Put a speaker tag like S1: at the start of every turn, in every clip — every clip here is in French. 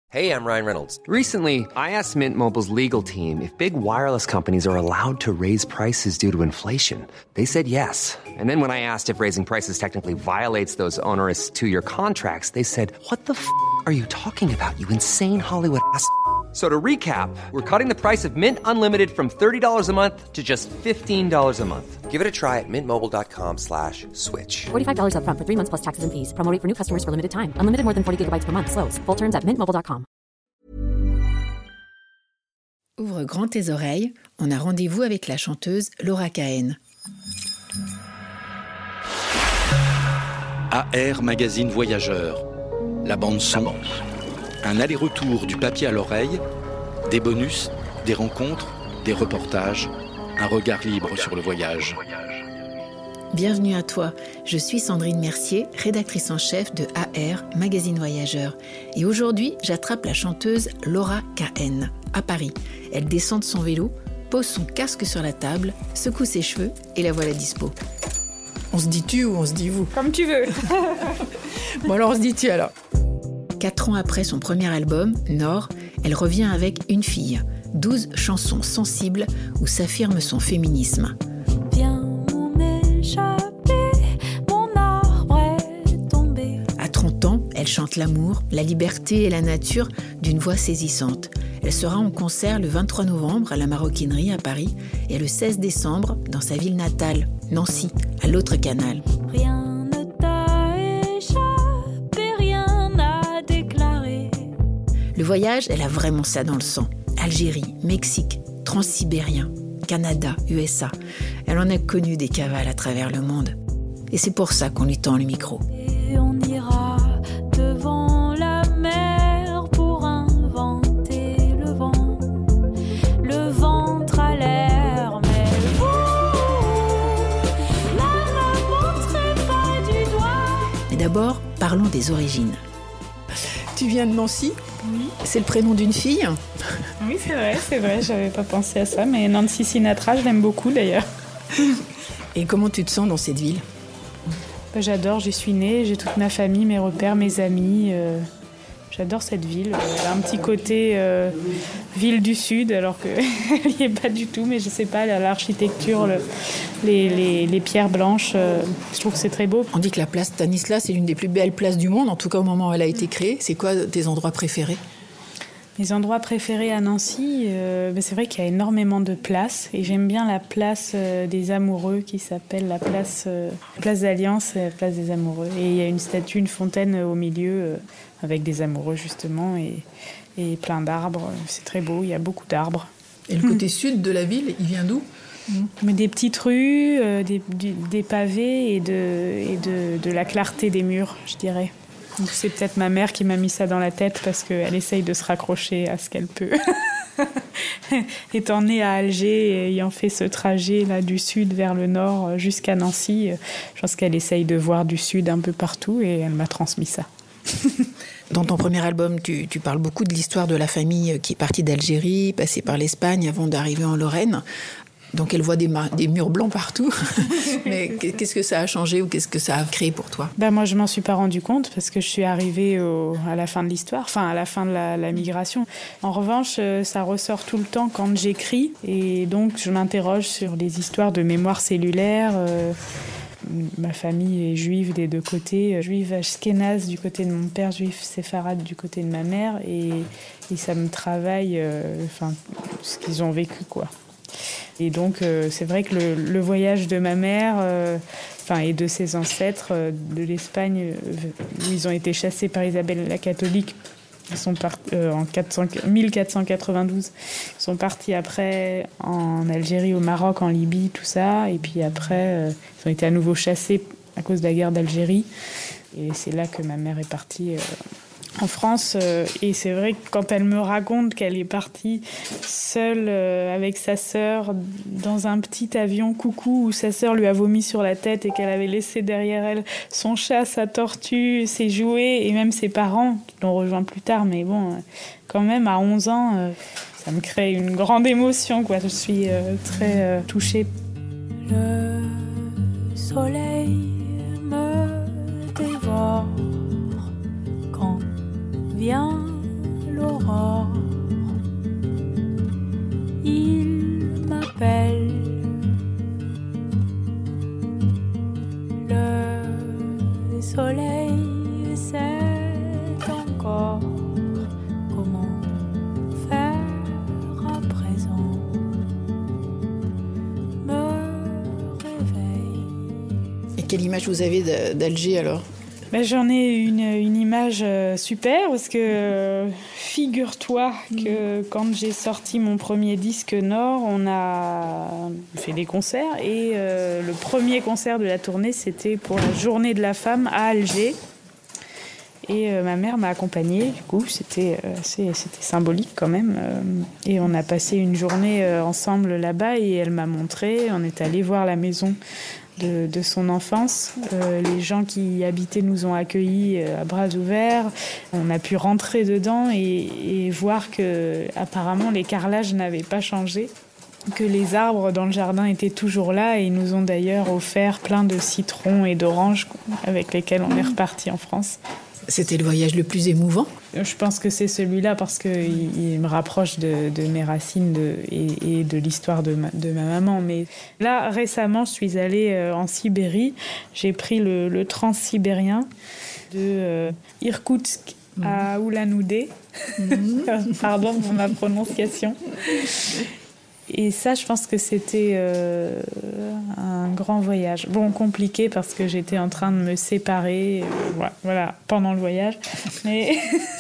S1: Hey, I'm Ryan Reynolds.
S2: Recently, I asked Mint Mobile's legal team if big wireless companies are allowed to raise prices due to inflation. They said yes. And then when I asked if raising prices technically violates those onerous two-year contracts, they said, "What the f*** are you talking about, you insane Hollywood ass?" So to recap, we're cutting the price of Mint Unlimited from $30 a month to just $15 a month.
S1: Give it a try at mintmobile.com/switch.
S3: $45 up front for 3 months plus taxes and fees. Promo rate for new customers for limited time. Unlimited more than 40 gigabytes per month. Slows full terms at mintmobile.com.
S4: Ouvre grand tes oreilles, on a rendez-vous avec la chanteuse Laura Cahen.
S5: AR Magazine Voyageur, la bande-son, un aller-retour du papier à l'oreille, des bonus, des rencontres, des reportages, un regard libre sur le voyage.
S4: Bienvenue à toi, je suis Sandrine Mercier, rédactrice en chef de AR Magazine Voyageur. Et aujourd'hui, j'attrape la chanteuse Laura Cahen, à Paris. Elle descend de son vélo, pose son casque sur la table, secoue ses cheveux et la voilà dispo. On se dit tu ou on se dit vous ?
S6: Comme tu veux.
S4: Bon alors on se dit tu alors. 4 ans après son premier album, Nord, elle revient avec Une fille. 12 chansons sensibles où s'affirme son féminisme.
S6: Viens m'échapper, mon arbre est tombé.
S4: À 30 ans, elle chante l'amour, la liberté et la nature d'une voix saisissante. Elle sera en concert le 23 novembre à la Maroquinerie à Paris et le 16 décembre dans sa ville natale, Nancy, à l'autre canal.
S6: Rien ne t'a échappé, rien n'a déclaré.
S4: Le voyage, elle a vraiment ça dans le sang. Algérie, Mexique, Transsibérien, Canada, USA. Elle en a connu des cavales à travers le monde. Et c'est pour ça qu'on lui tend le micro.
S6: Et on ira devant la mer pour inventer le vent. Le ventre à l'air, mais vous, là, ne montrez pas du doigt.
S4: Mais d'abord, parlons des origines. Tu viens de Nancy ?
S6: Oui.
S4: C'est le prénom d'une fille ?
S6: Oui, c'est vrai, j'avais pas pensé à ça, mais Nancy Sinatra, je l'aime beaucoup d'ailleurs.
S4: Et comment tu te sens dans cette ville ?
S6: J'adore, j'y suis née, j'ai toute ma famille, mes repères, mes amis. J'adore cette ville. Elle a un petit côté ville du Sud, alors qu'elle n'y est pas du tout, mais je sais pas, l'architecture, les pierres blanches, je trouve que c'est très beau.
S4: On dit que la place Stanislas est l'une des plus belles places du monde, en tout cas au moment où elle a été créée. C'est quoi tes endroits préférés ?
S6: Mes endroits préférés à Nancy, c'est vrai qu'il y a énormément de places et j'aime bien la place des amoureux qui s'appelle la place d'Alliance, la place des amoureux. Et il y a une statue, une fontaine au milieu avec des amoureux justement et plein d'arbres. C'est très beau, il y a beaucoup d'arbres.
S4: Et le côté sud de la ville, il vient d'où ?
S6: Mais des petites rues, des pavés et de la clarté des murs, je dirais. Donc c'est peut-être ma mère qui m'a mis ça dans la tête parce qu'elle essaye de se raccrocher à ce qu'elle peut. Étant née à Alger et ayant fait ce trajet là, du sud vers le nord jusqu'à Nancy, je pense qu'elle essaye de voir du sud un peu partout et elle m'a transmis ça.
S4: Dans ton premier album, tu parles beaucoup de l'histoire de la famille qui est partie d'Algérie, passée par l'Espagne avant d'arriver en Lorraine. Donc elle voit des murs blancs partout. Mais qu'est-ce que ça a changé ou qu'est-ce que ça a créé pour toi ?
S6: Moi, je m'en suis pas rendu compte parce que je suis arrivée à la fin de l'histoire, enfin à la fin de la migration. En revanche, ça ressort tout le temps quand j'écris et donc je m'interroge sur les histoires de mémoire cellulaire. Ma famille est juive des deux côtés, juive ashkénaze du côté de mon père, juif séfarade du côté de ma mère et ça me travaille ce qu'ils ont vécu quoi. Et donc, c'est vrai que le voyage de ma mère et de ses ancêtres de l'Espagne, où ils ont été chassés par Isabelle la catholique, ils sont en 1492. Ils sont partis après en Algérie, au Maroc, en Libye, tout ça. Et puis après, ils ont été à nouveau chassés à cause de la guerre d'Algérie. Et c'est là que ma mère est partie en France. Et c'est vrai que quand elle me raconte qu'elle est partie seule avec sa sœur dans un petit avion coucou où sa sœur lui a vomi sur la tête et qu'elle avait laissé derrière elle son chat, sa tortue, ses jouets et même ses parents qui l'ont rejoint plus tard. Mais bon, quand même, à 11 ans, ça me crée une grande émotion, quoi. Je suis très touchée.
S7: Le soleil me dévore quand vient l'eau
S4: Quelle image vous avez d'Alger alors ?
S6: J'en ai une image super parce que figure-toi que quand j'ai sorti mon premier disque Nord, on a fait des concerts et le premier concert de la tournée, c'était pour la Journée de la femme à Alger. Et ma mère m'a accompagnée, du coup, c'était symbolique quand même. Et on a passé une journée ensemble là-bas et elle m'a montré, on est allé voir la maison de son enfance. Les gens qui y habitaient nous ont accueillis à bras ouverts. On a pu rentrer dedans et voir que apparemment les carrelages n'avaient pas changé, que les arbres dans le jardin étaient toujours là et ils nous ont d'ailleurs offert plein de citrons et d'oranges avec lesquels on est reparti en France.
S4: C'était le voyage le plus émouvant ?
S6: Je pense que c'est celui-là parce qu'il me rapproche de mes racines et de l'histoire de ma maman. Mais là, récemment, je suis allée en Sibérie. J'ai pris le transsibérien de Irkoutsk à Ulan-Ude. Pardon pour ma prononciation. Et ça, je pense que c'était un grand voyage. Bon, compliqué parce que j'étais en train de me séparer, voilà, pendant le voyage. Mais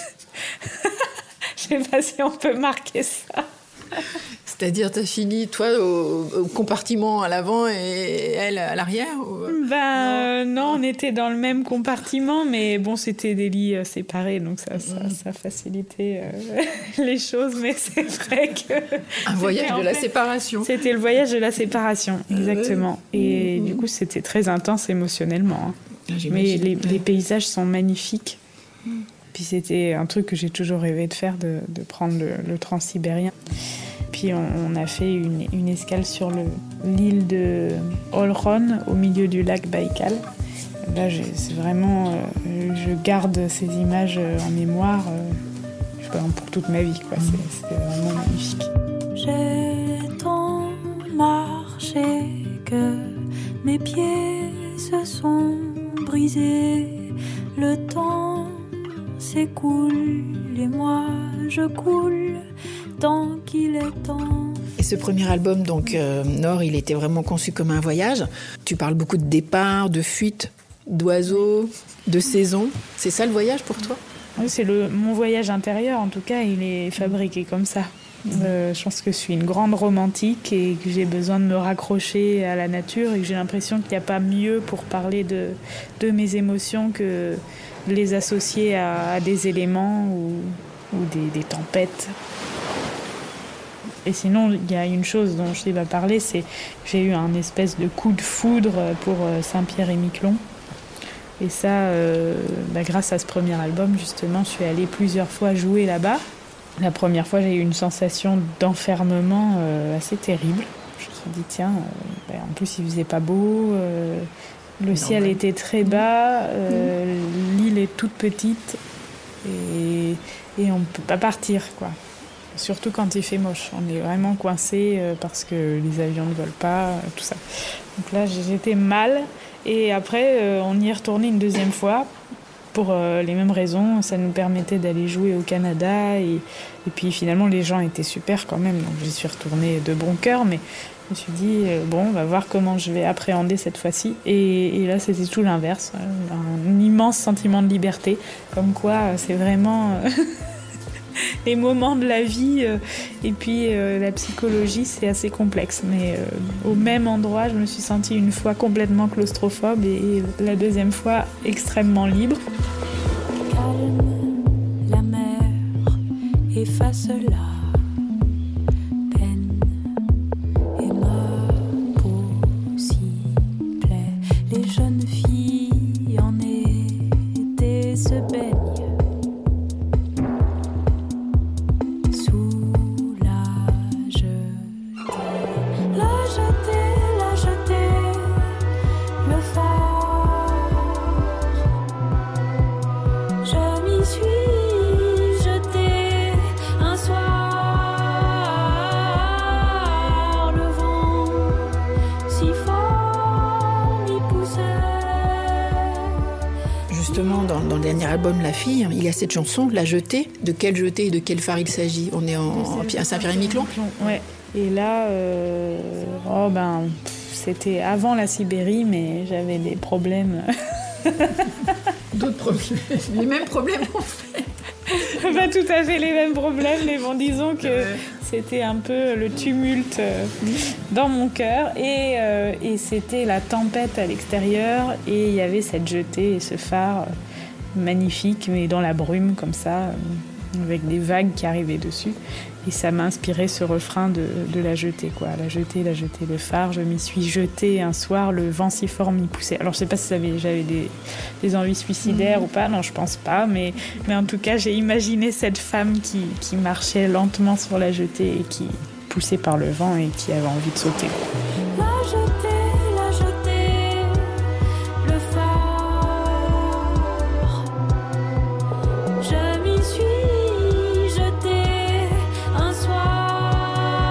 S6: je sais pas si on peut marquer ça.
S4: C'est-à-dire, t'as fini, toi, au compartiment à l'avant et elle à l'arrière ou...
S6: Non, on était dans le même compartiment, mais bon, c'était des lits séparés, donc ça facilitait les choses, mais c'est vrai que...
S4: Un voyage de la séparation.
S6: C'était le voyage de la séparation, exactement. Et du coup, c'était très intense émotionnellement. Hein. Mais les paysages sont magnifiques. Puis c'était un truc que j'ai toujours rêvé de faire, de prendre le transsibérien. Puis on a fait une escale sur l'île de Olkhon, au milieu du lac Baïkal. Là, c'est vraiment... je garde ces images en mémoire pour toute ma vie, quoi. C'est vraiment magnifique.
S7: J'ai tant marché que mes pieds se sont brisés. Le temps s'écoule et moi je coule tant qu'il est temps.
S4: Et ce premier album, donc Nord, il était vraiment conçu comme un voyage. Tu parles beaucoup de départ, de fuite, d'oiseaux, de saison. C'est ça le voyage pour toi ?
S6: Oui, c'est mon voyage intérieur, en tout cas, il est fabriqué comme ça. Je pense que je suis une grande romantique et que j'ai besoin de me raccrocher à la nature et que j'ai l'impression qu'il n'y a pas mieux pour parler de mes émotions que de les associer à des éléments ou des tempêtes. Et sinon, il y a une chose dont je t'ai parlé, c'est que j'ai eu un espèce de coup de foudre pour Saint-Pierre-et-Miquelon. Et ça, grâce à ce premier album, justement, je suis allée plusieurs fois jouer là-bas. La première fois, j'ai eu une sensation d'enfermement assez terrible. Je me suis dit, tiens, en plus, il faisait pas beau, le ciel était très bas, l'île est toute petite et on ne peut pas partir, quoi. Surtout quand il fait moche. On est vraiment coincé parce que les avions ne volent pas, tout ça. Donc là, j'étais mal. Et après, on y est retourné une deuxième fois pour les mêmes raisons. Ça nous permettait d'aller jouer au Canada. Et puis finalement, les gens étaient super quand même. Donc j'y suis retournée de bon cœur. Mais je me suis dit, on va voir comment je vais appréhender cette fois-ci. Et là, c'était tout l'inverse. Un immense sentiment de liberté. Comme quoi, c'est vraiment... les moments de la vie et puis la psychologie, c'est assez complexe. Mais au même endroit, je me suis sentie une fois complètement claustrophobe et la deuxième fois extrêmement libre.
S7: Calme la mer, efface la peine et ma peau s'y plaît. Les jeunes filles en été se baignent.
S4: Dans le dernier album La Fille, il y a cette chanson, La Jetée. De quelle jetée et de quel phare il s'agit ? On est à Saint-Pierre-et-Miquelon ?
S6: Ouais. Et là, c'était avant la Sibérie, mais j'avais des problèmes.
S4: D'autres problèmes, les mêmes problèmes en fait.
S6: Pas tout à fait les mêmes problèmes, mais bon, disons que c'était un peu le tumulte dans mon cœur. Et c'était la tempête à l'extérieur, et il y avait cette jetée et ce phare magnifique, mais dans la brume comme ça, avec des vagues qui arrivaient dessus. Et ça m'a inspiré ce refrain de la jetée, quoi. La jetée, le phare. Je m'y suis jetée un soir, le vent si fort m'y poussait. Alors je sais pas si j'avais des envies suicidaires ou pas, non, je pense pas, mais en tout cas j'ai imaginé cette femme qui marchait lentement sur la jetée et qui poussée par le vent et qui avait envie de sauter, quoi.
S7: La jetée, le phare. Je m'y suis jetée un soir.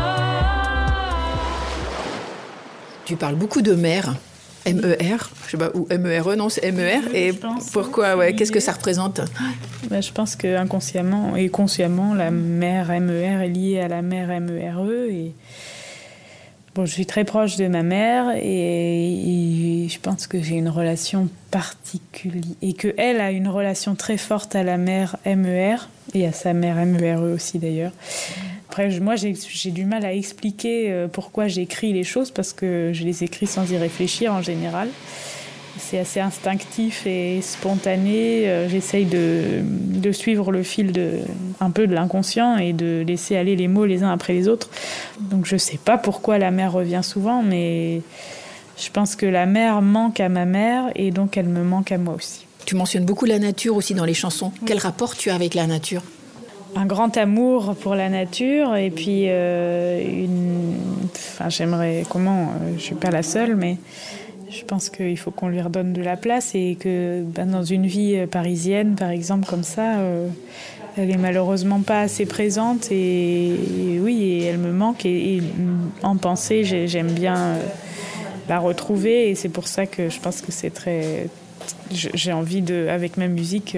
S4: Tu parles beaucoup de mer, M-E-R, je sais pas, ou M-E-R-E, non, c'est M-E-R. Et pourquoi, qu'est-ce que ça représente ?
S6: Je pense que inconsciemment et consciemment, la mer M-E-R est liée à la mer M-E-R-E. Et bon, je suis très proche de ma mère et je pense que j'ai une relation particulière et qu'elle a une relation très forte à la mer M-E-R et à sa mère M-E-R-E aussi d'ailleurs. Après, moi, j'ai du mal à expliquer pourquoi j'écris les choses parce que je les écris sans y réfléchir en général. C'est assez instinctif et spontané. J'essaye de suivre le fil un peu de l'inconscient et de laisser aller les mots les uns après les autres. Donc je ne sais pas pourquoi la mer revient souvent, mais je pense que la mer manque à ma mère et donc elle me manque à moi aussi.
S4: Tu mentionnes beaucoup la nature aussi dans les chansons. Oui. Quel rapport tu as avec la nature ?
S6: Un grand amour pour la nature et puis j'aimerais... je ne suis pas la seule, mais... Je pense qu'il faut qu'on lui redonne de la place et que dans une vie parisienne, par exemple, comme ça, elle est malheureusement pas assez présente et elle me manque et en pensée, j'aime bien la retrouver et c'est pour ça que je pense que c'est très... J'ai envie avec ma musique...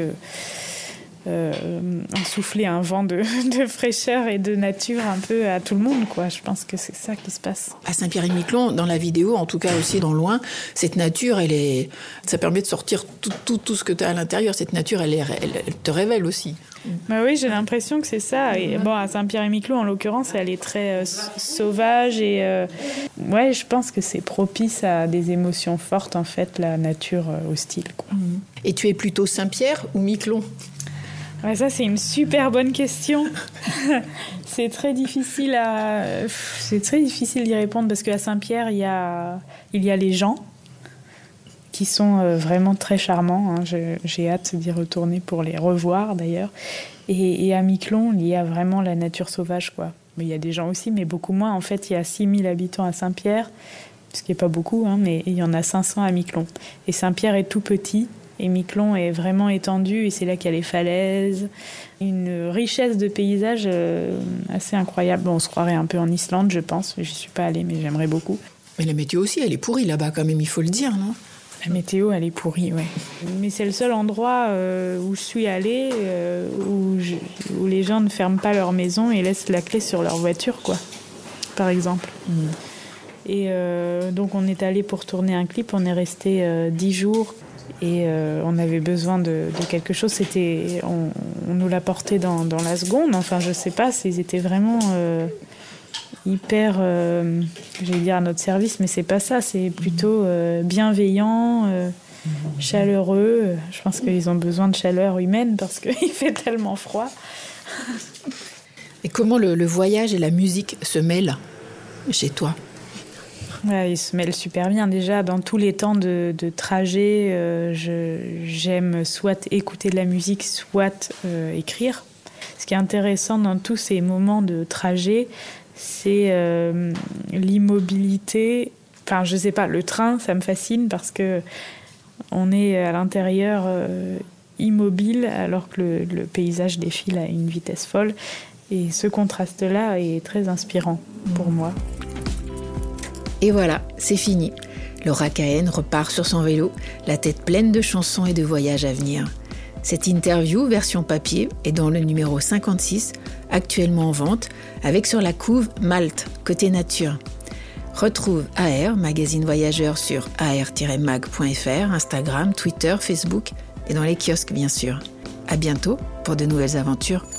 S6: souffler un vent de fraîcheur et de nature un peu à tout le monde, quoi. Je pense que c'est ça qui se passe.
S4: À Saint-Pierre-et-Miquelon, dans la vidéo, en tout cas aussi dans Loin, cette nature, ça permet de sortir tout ce que tu as à l'intérieur. Cette nature, elle te révèle aussi.
S6: Bah oui, j'ai l'impression que c'est ça. Et bon, à Saint-Pierre-et-Miquelon, en l'occurrence, elle est très sauvage et je pense que c'est propice à des émotions fortes, en fait, la nature hostile, quoi.
S4: Et tu es plutôt Saint-Pierre ou Miquelon ?
S6: Ouais, ça, c'est une super bonne question. C'est très difficile d'y répondre parce qu'à Saint-Pierre, il y a les gens qui sont vraiment très charmants. Hein. J'ai hâte d'y retourner pour les revoir, d'ailleurs. Et à Miquelon, il y a vraiment la nature sauvage, quoi. Mais il y a des gens aussi, mais beaucoup moins. En fait, il y a 6000 habitants à Saint-Pierre, ce qui n'est pas beaucoup, hein, mais il y en a 500 à Miquelon. Et Saint-Pierre est tout petit. Et Miquelon est vraiment étendu et c'est là qu'il y a les falaises, une richesse de paysages assez incroyable. Bon, on se croirait un peu en Islande, je pense. J'y suis pas allée, mais j'aimerais beaucoup.
S4: Mais la météo aussi, elle est pourrie là-bas quand même, il faut le dire, non ?
S6: La météo, elle est pourrie, ouais. Mais c'est le seul endroit où je suis allée, où les gens ne ferment pas leur maison et laissent la clé sur leur voiture, quoi, par exemple. Et donc on est allé pour tourner un clip, on est resté 10 jours. Et on avait besoin de quelque chose. On nous l'a porté dans la seconde. Enfin, je sais pas, ils étaient vraiment hyper, j'allais dire à notre service, mais c'est pas ça. C'est plutôt bienveillant, chaleureux. Je pense qu'ils ont besoin de chaleur humaine parce qu'il fait tellement froid.
S4: Et comment le voyage et la musique se mêlent chez toi ?
S6: Ouais, ils se mêlent super bien. Déjà, dans tous les temps de trajet, j'aime soit écouter de la musique, soit écrire. Ce qui est intéressant dans tous ces moments de trajet, c'est l'immobilité. Enfin, je sais pas, le train, ça me fascine parce que on est à l'intérieur immobile alors que le paysage défile à une vitesse folle. Et ce contraste-là est très inspirant pour moi.
S4: Et voilà, c'est fini. Laura Cahen repart sur son vélo, la tête pleine de chansons et de voyages à venir. Cette interview, version papier, est dans le numéro 56, actuellement en vente, avec sur la couve Malte, côté nature. Retrouve AR, magazine voyageur, sur ar-mag.fr, Instagram, Twitter, Facebook et dans les kiosques bien sûr. À bientôt pour de nouvelles aventures.